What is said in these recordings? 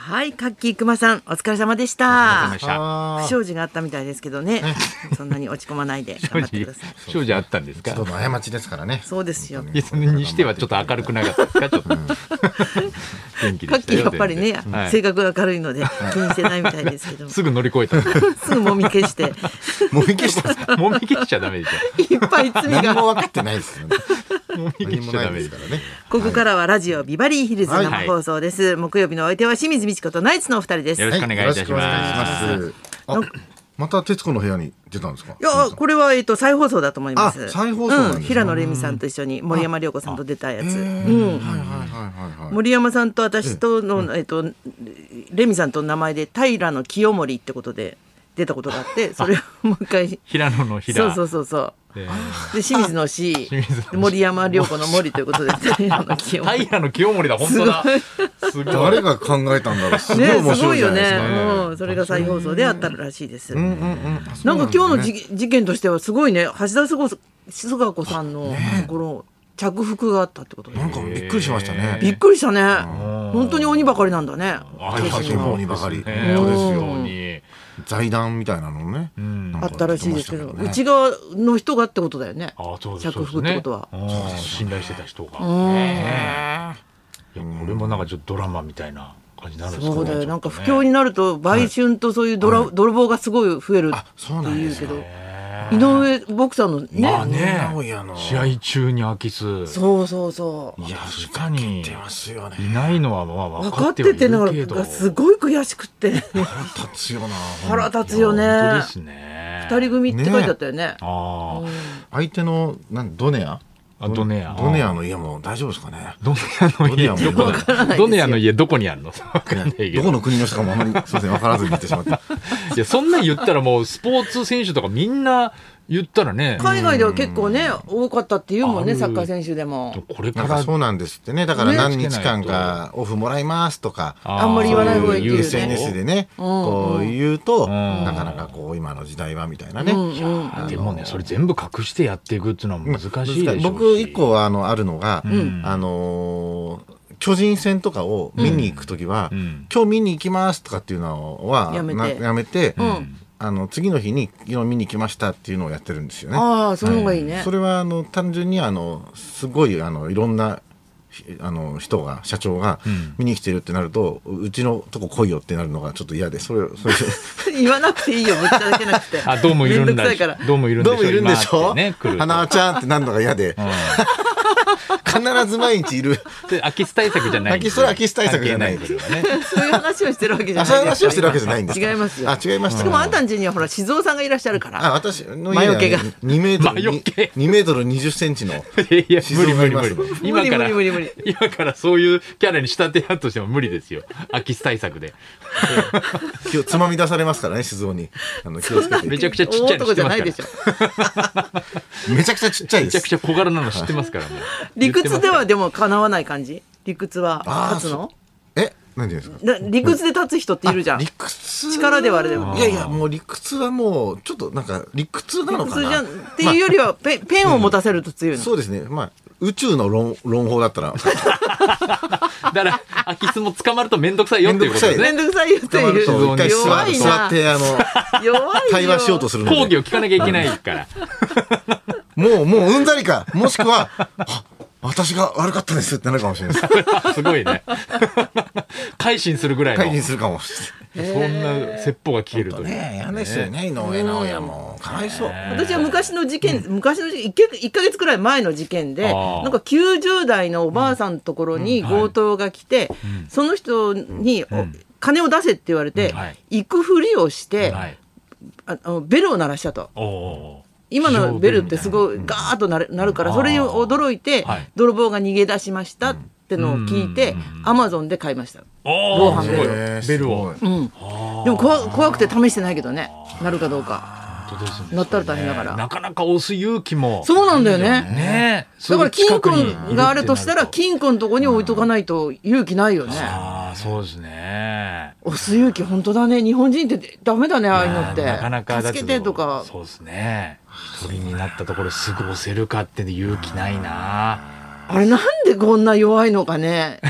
はい、カッキー熊さんお疲れ様でしお疲れ様でた。 した不祥事があったみたいですけどね、そんなに落ち込まないで頑張ってください。 不祥事あったんですか。 人の過ちですからね。 そうですよ。 いや、それにしてはちょっと明るくなかったですか。ちょっと元気でしたよ。 カッキーやっぱりね、 はい性格が明るいので気にしてないみたいですけどすぐ乗り越えた。 すぐもみ消してもみ消したんですか。 もみ消しちゃダメでしいっぱい罪何が。 も分かってないですよね。 ょ。もみ消何もないしちゃダメですす。 でからね。 ここからはラジオビバリーヒルズはい生放送です。木曜日のお相手は清水美智子とナイツのお二人です。 よろしくお願いいたしますよろくお願いします。あ、また徹子の部屋に出たんですか。 いやこれは再放送だと思います。 あ再放送なんですね平野レミさんと一緒に森山良子さんと出たやつ。 はいはいはいはいはい。 森山さんと私との、レミさんとの名前で平野清盛ってことで出たことがあってそれをもう一回平野の平。 そうそうでで清水の C 清水の C 森山良子の森ということで平野清盛平野清盛だ、本当だ。すごい。 誰が考えたんだろう。すごいね面白いすごいよねじゃないですか。 うんそれが再放送であったらしいです。 うんうんうん。 なんか今日のじ事件としてはすごいね橋田壽賀子さんのところ着服があったってことでなんかびっくりしましたね。 びっくりしたね。本当に鬼ばかりなんだね。 あ確かにそう鬼ばかり。 ね本当ですよ。 本当に財団みたいなのね。なんかあったらしいですけど、 言ってました内側の人がってことだよね。 あ、そうです着服ってことは。 そうですね。信頼してた人が。 うんねいや、これもなんかちょっとドラマみたいな感じになるんですかね。 そうだよ。 ちょっとねなんか不況になると売春とそういう泥棒がすごい増えるあ、そうってなん言うけど、 ですよ。 井上ボクサーのね。 まあね名古屋の試合中に空き巣。 そうそうそう。 いや、確かに出ますよね。 いないのはまあ分分かってかってはいてのるけど。 がすごい悔しくって腹立つよな。 腹立つよね。 本当ですね。 二人組って書いてあったよね。 あ相手のドネアあ、ドネア。 ドネアの家も大丈夫ですかね。 ドネアの家ドネアもどこわからないですよドネアの家どこにあるの？わかんないけど。 どこの国の人かもあんまりすみません分からずに言ってしまって。 いや、そんなん言ったらもうスポーツ選手とかみんな言ったらね。 海外では結構ね多かったっていうもんね、 あるサッカー選手でも。 これからなんかそうなんですってね。だからね何日間かオフもらいますとか。 あんまり言わない方がいいっていうね SNS でね、こう言うと、 んなかなかこう今の時代はみたいなね。 でもね、それ全部隠してやっていくっていうのは難しいでしょうし。 僕一個あるのが、 ん巨人戦とかを見に行くときは、 ん今日見に行きますとかっていうのはやめてやめて、 ん次の日に昨日見に来ましたっていうのをやってるんですよね。 ああその方がいいね。 それは単純にすごいいろんな人が社長が見に来てるってなると、うちのとこ来いよってなるのがちょっと嫌で、それ言わなくていいよぶっちゃけなくて。 あ、どうもいるんだめんどくさいから。 どうもいるんでしょどうもいるんでしょ、 今ってね、来ると花輪ちゃんってなるのが嫌で、必ず毎日いる。 で空き巣対策じゃないんですよ。 それは空き巣対策じゃない関係ですよね。 そういう話をしてるわけじゃない。 そういう話をしてるわけじゃないんですか。 違いますよ。 あ、違いました。 しかもあんたん家にはほら静雄さんがいらっしゃるから。 私の魔除けが 2メートル魔除け 2メートル20センチのいや、無理無理無理静雄がいます。 今から、 無理無理無理今からそういうキャラに仕立てようとしても無理ですよ。空き巣対策で。 今日つまみ出されますからね、静雄に気をつけて。 めちゃくちゃちっちゃいの知ってますから。 大男じゃないでしょ。 めちゃくちゃちっちゃいです。 めちゃくちゃ小柄なの知ってますからもう。 理屈ではでも叶わない感じ。理屈は立つの？ 何ていうんですか。 理屈で立つ人っているじゃん。 理屈力ではあれでも。 いやいや、もう理屈はもうちょっっとなんか理屈なのかな。 理屈じゃんっていうよりはペンを持たせると強いの。 そうですね。まあ宇宙の論法だったらだから空き巣も捕まると面倒くさいよっていうことですめね。 んどくさいよっていう。 一回弱いな。 座って弱いよ。 対話しようとするので。 講義を聞かなきゃいけないから。 もううんざりか、もしくは私が悪かったですってなるかもしれないです。 すごいね。改心するぐらいの。 会議するかもしれない。 そんな説法が聞けるという。 ねえ、嫌ですよね、井上尚弥も。かわいそう。 私は昔の事件1ヶ月くらい前の事件で、 あーなんか90代のおばあさんのところに強盗が来て、その人に金を出せって言われて、 はい行くふりをして、 はい。 ベルを鳴らしたと。 おお。 今のベルってすごいガーッとなるから、それに驚いてはい泥棒が逃げ出しましたってのを聞いて、アマゾンで買いました。 おお、 防犯ベルすごい。ベルを。 すごいでも怖くて試してないけどね、なるかどうか。 本当ですねなったら大変だから。 なかなか押す勇気も。 そうなんだよね。 ねえ。 だから金すぐ近くにいるってなる庫があるとしたら金庫のとこに置いとかないと勇気ないよね。 ああ、そうですね。 押す勇気本当だね。日本人ってダメだね、ああいうのって。 なかなかだ助けてとか。 そうですね。一人になったところすぐ押せるかって勇気ないな。 あれなんでこんな弱いのかね。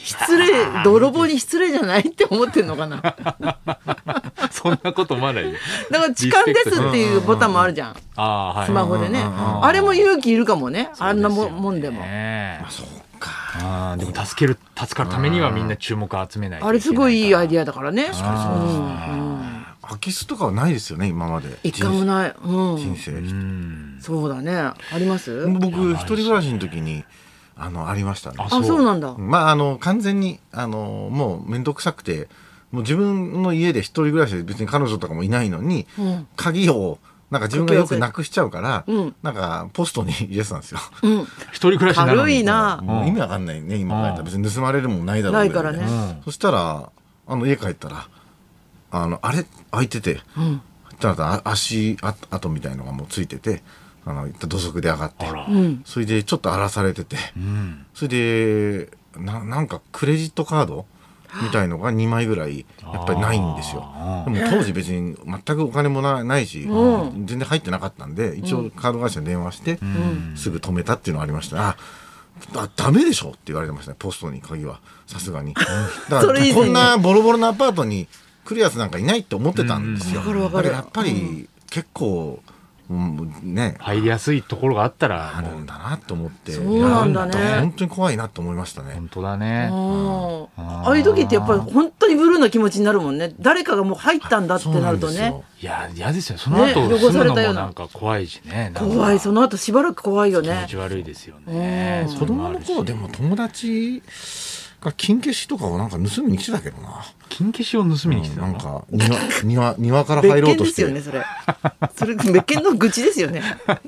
失礼、泥棒に失礼じゃないって思ってんのかな。だかそんなこと思わないよ。 ら痴漢ですっていうボタンもあるじゃん、 あー、はい、 スマホでね。あれも勇気いるかもね、あんなもんでも。 でも助かるためにはみんな注目を集めないといけないから。 あれすごいいいアイディアだからね。 空き巣とかはないですよね今まで。 一回もない。 人生。 そうだね。あります？ 僕一人暮らしの時にありましたね。 あ、そうなんだ。 まあ完全にもう面倒くさくて、もう自分の家で一人暮らしで別に彼女とかもいないのに、鍵をなんか自分がよくなくしちゃうから、なんかポストに入れてたんですよ。 一人暮らしなのに軽いな。 もう意味わかんないね今考えたら。別に盗まれるもんないだろうないからね。 そしたら家帰ったらあれ開いてて、ただ足跡みたいのがもうついてて、土足で上がって、それでちょっと荒らされてて、それでなんかクレジットカードみたいのが2枚ぐらいやっぱりないんですよ。でも当時別に全くお金もないし、全然入ってなかったんで、一応カード会社に電話して、すぐ止めたっていうのがありました。ダメでしょって言われてましたね、ポストに鍵はさすがに。だからこんなボロボロなアパートに来るやつなんかいないって思ってたんですよ。だからやっぱり結構ね、 入りやすいところがあったらあるんだなと思って、 そうなんだね。 本当に怖いなと思いましたね。 本当だね。 ああいう時ってやっぱり本当にブルーな気持ちになるもんね。誰かがもう入ったんだってなるとね。 いや嫌ですよ。その後汚されたような。 なんか怖いしね。 怖い。その後しばらく怖いよね。 気持ち悪いですよね。 子供の頃でも友達が金消しとかをなんか盗みに来てたけどな。 金消しを盗みに来てたの。 なんか庭から入ろうとして。 別件ですよねそれ。別件の愚痴ですよね。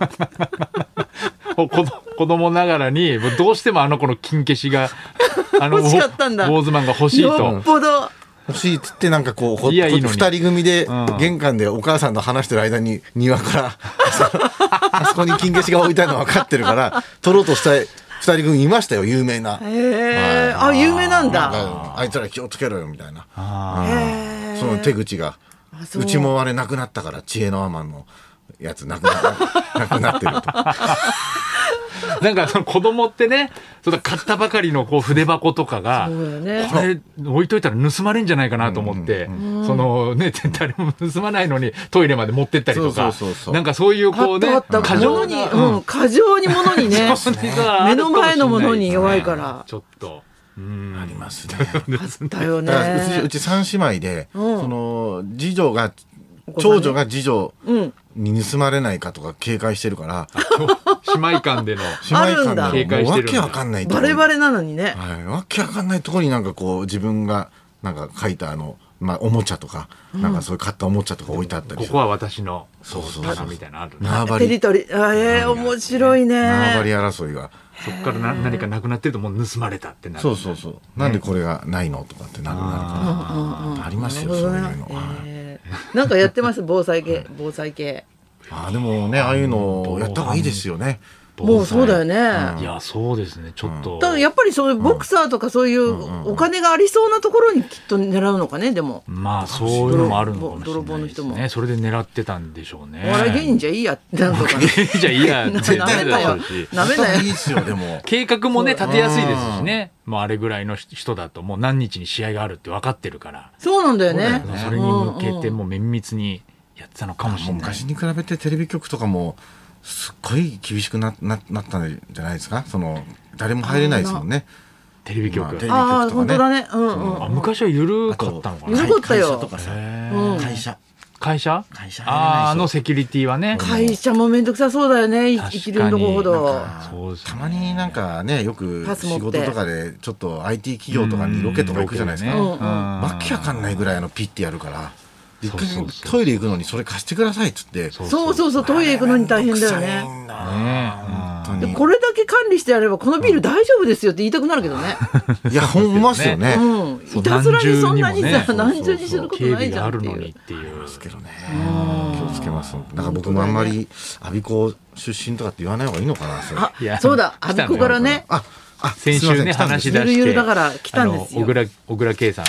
子供ながらにどうしてもあの子の金消しが欲しかったんだ。 ウォーズマンが欲しいと。 よっぽど欲しいっつってなんかこう2人組で玄関でお母さんと話してる間に庭からあそこに金消しが置いてあるの分かってるから取ろうとした2人組いましたよ、有名な。 あ、有名なんだ。 あいつら気をつけろよみたいな。その手口が。うちもあれなくなったから、知恵のアマンのやつなくなってると。 なんかその子供ってね、買ったばかりの筆箱とかが、これ置いといたら盗まれんじゃないかなと思って、そのね、誰も盗まないのにトイレまで持ってったりとか、なんかそういうこうね、 過剰に物にね、目の前のものに弱いから。 ちょっと。 ありますね。 だよね。 うち3姉妹で、その長女が次女に盗まれないかとか警戒してるから、 姉妹間での警戒してる。わけわかんない。 バレバレなのにね。 わけわかんないところになんかこう自分がなんか書いたおもちゃとか、なんかそういう買ったおもちゃとか置いてあったり。 ここは私のみたいなある。縄張り。 テリトリー。面白いね。 縄張り争いが。 そこから何かなくなってるともう盗まれたってなる。 そう。なんでこれがないのとかってなるからありますよ、そういうの。 なんかやってます、防災系。 でもね、ああいうのやった方がいいですよね。 もうそうだよね。 いや、そうですね、ちょっと。 ただやっぱりそういうボクサーとかそういうお金がありそうなところにきっと狙うのかね、でも。 まあそういうのもあるのかもしれないですね。 泥棒の人も。 それで狙ってたんでしょうね。 お笑い芸人じゃいいやってなんとかね。 じゃいいや絶対だよ。なめない。 いいですよ、でも。 計画もね、立てやすいですしね。もうあれぐらいの人だともう何日に試合があるって分かってるから。 そうなんだよね。 それに向けてもう綿密にやってたのかもしれない。 昔に比べてテレビ局とかもすっごい厳しくなったんじゃないですか。誰も入れないですもんね。 テレビ局。 本当だね。 昔は緩かったのかな。 緩かったよ。 会社とかさ。会社のセキュリティはね。 会社もめんどくさそうだよね。生きるとこほど。 たまになんかね、よく仕事とかでちょっと IT 企業とかにロケとか行くじゃないですか。わけわかんないぐらいピッてやるから。一回トイレ行くのにそれ貸してくださいっつって。 そうトイレ行くのに大変だよね。これだけ管理してやればこのビル大丈夫ですよって言いたくなるけどね。 いや、ほんますよね。 いたずらにそんなにさ、何重にすることないじゃんっていう。 気をつけます。だから僕もあんまり我孫子出身とかって言わない方がいいのかな。 そうだ、我孫子からね。 先週ね、話し出してゆるゆるだから来たんですよ。 小倉圭さん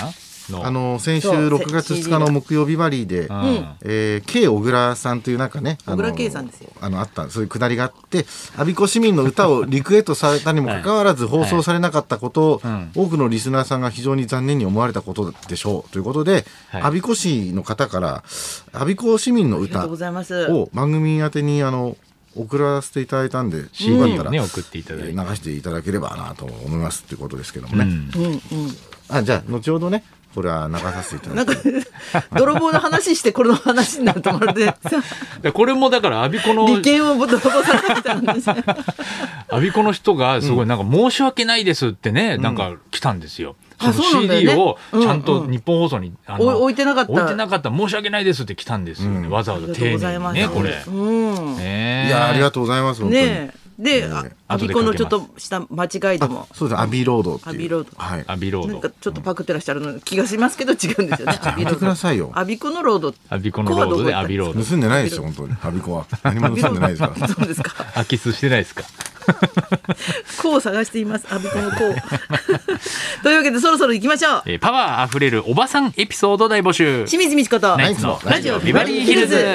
の先週6月2日の木曜日バリーで、K 小倉さんというなんかね、 小倉 K さんですよ。 あったそういうくだりがあって、我孫子市民の歌をリクエストされたにもかかわらず放送されなかったことを、多くのリスナーさんが非常に残念に思われたことでしょうということで、我孫子市の方から我孫子市民の歌を番組宛てに送らせていただいたんで、よかったら、 送っていただいて流していただければなと思いますということですけどもね。じゃあ後ほどね、これは流させていただいて、 なんか泥棒の話してこれの話になるとまるでこれもだから我孫子の利権を泥棒されたみたいなんですよ。 我孫子の人がすごいなんか申し訳ないですってね、なんか来たんですよ。その CD をちゃんと日本放送に置いてなかった申し訳ないですって来たんですよね、わざわざ丁寧にね、これ。 いやありがとうございます。本当にねで、我孫子のちょっとした間違いでも、 そうです、アビーロードっていう、 アビーロード、 アビーロード、 なんかちょっとパクってらっしゃるの気がしますけど違うんですよね。 やめてくださいよ。 我孫子のロード、 我孫子のロードでアビーロード。 盗んでないですよ本当に。我孫子は何も盗んでないですから。 そうですか。 空き巣してないですか。 子を探しています、我孫子の子を。というわけでそろそろ行きましょう。 パワーあふれるおばさんエピソード大募集。 清水美智子とナイツのラジオビバリーヒルズ。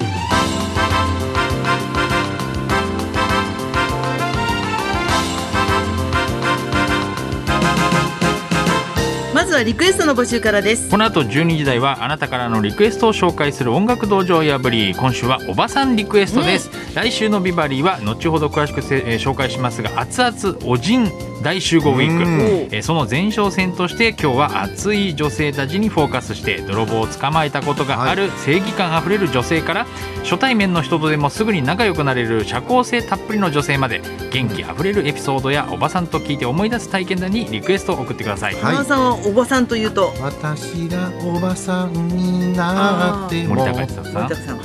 まずはリクエストの募集からです。 この後12時台はあなたからのリクエストを紹介する音楽道場破り。今週はおばさんリクエストです、来週のビバリーは後ほど詳しく紹介しますが、熱々おじん大集合ウィーク、その前哨戦として今日は熱い女性たちにフォーカスして、泥棒を捕まえたことがある正義感あふれる女性から、初対面の人とでもすぐに仲良くなれる社交性たっぷりの女性まで、元気あふれるエピソードやおばさんと聞いて思い出す体験談にリクエストを送ってください。 おばさんはおばさんというと、 私がおばさんになっても、 森高千里さん、 森高さん、 はい、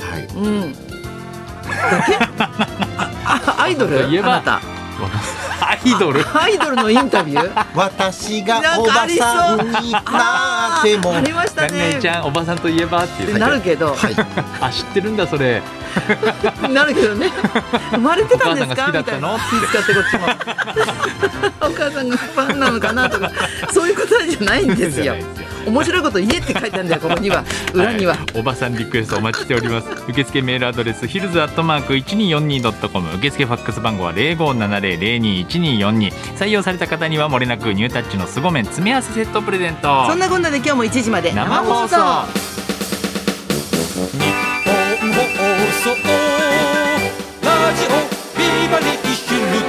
だけアイドル、 といえばあなたアイドルのインタビュー私がおばさんになっても、 ありましたねね。 えちゃんおばさんといえばっていうなるけど、 あ、知ってるんだそれ。 なるけどね、生まれてたんですかお母さんが好きだったのみたいな、気遣ってこっちもお母さんがファンなのかなとか、そういうことじゃないんですよ。面白いこと言えって書いてあるんだよ、ここには、裏には、 おばさんリクエストお待ちしております。受付メールアドレスヒルズ@1242.com、受付ファックス番号は 0570021242。 採用された方にはもれなくニュータッチの凄麺詰め合わせセットプレゼント。 そんなこんなで今日も1時まで生放送。 ラジオビバリーヒルズ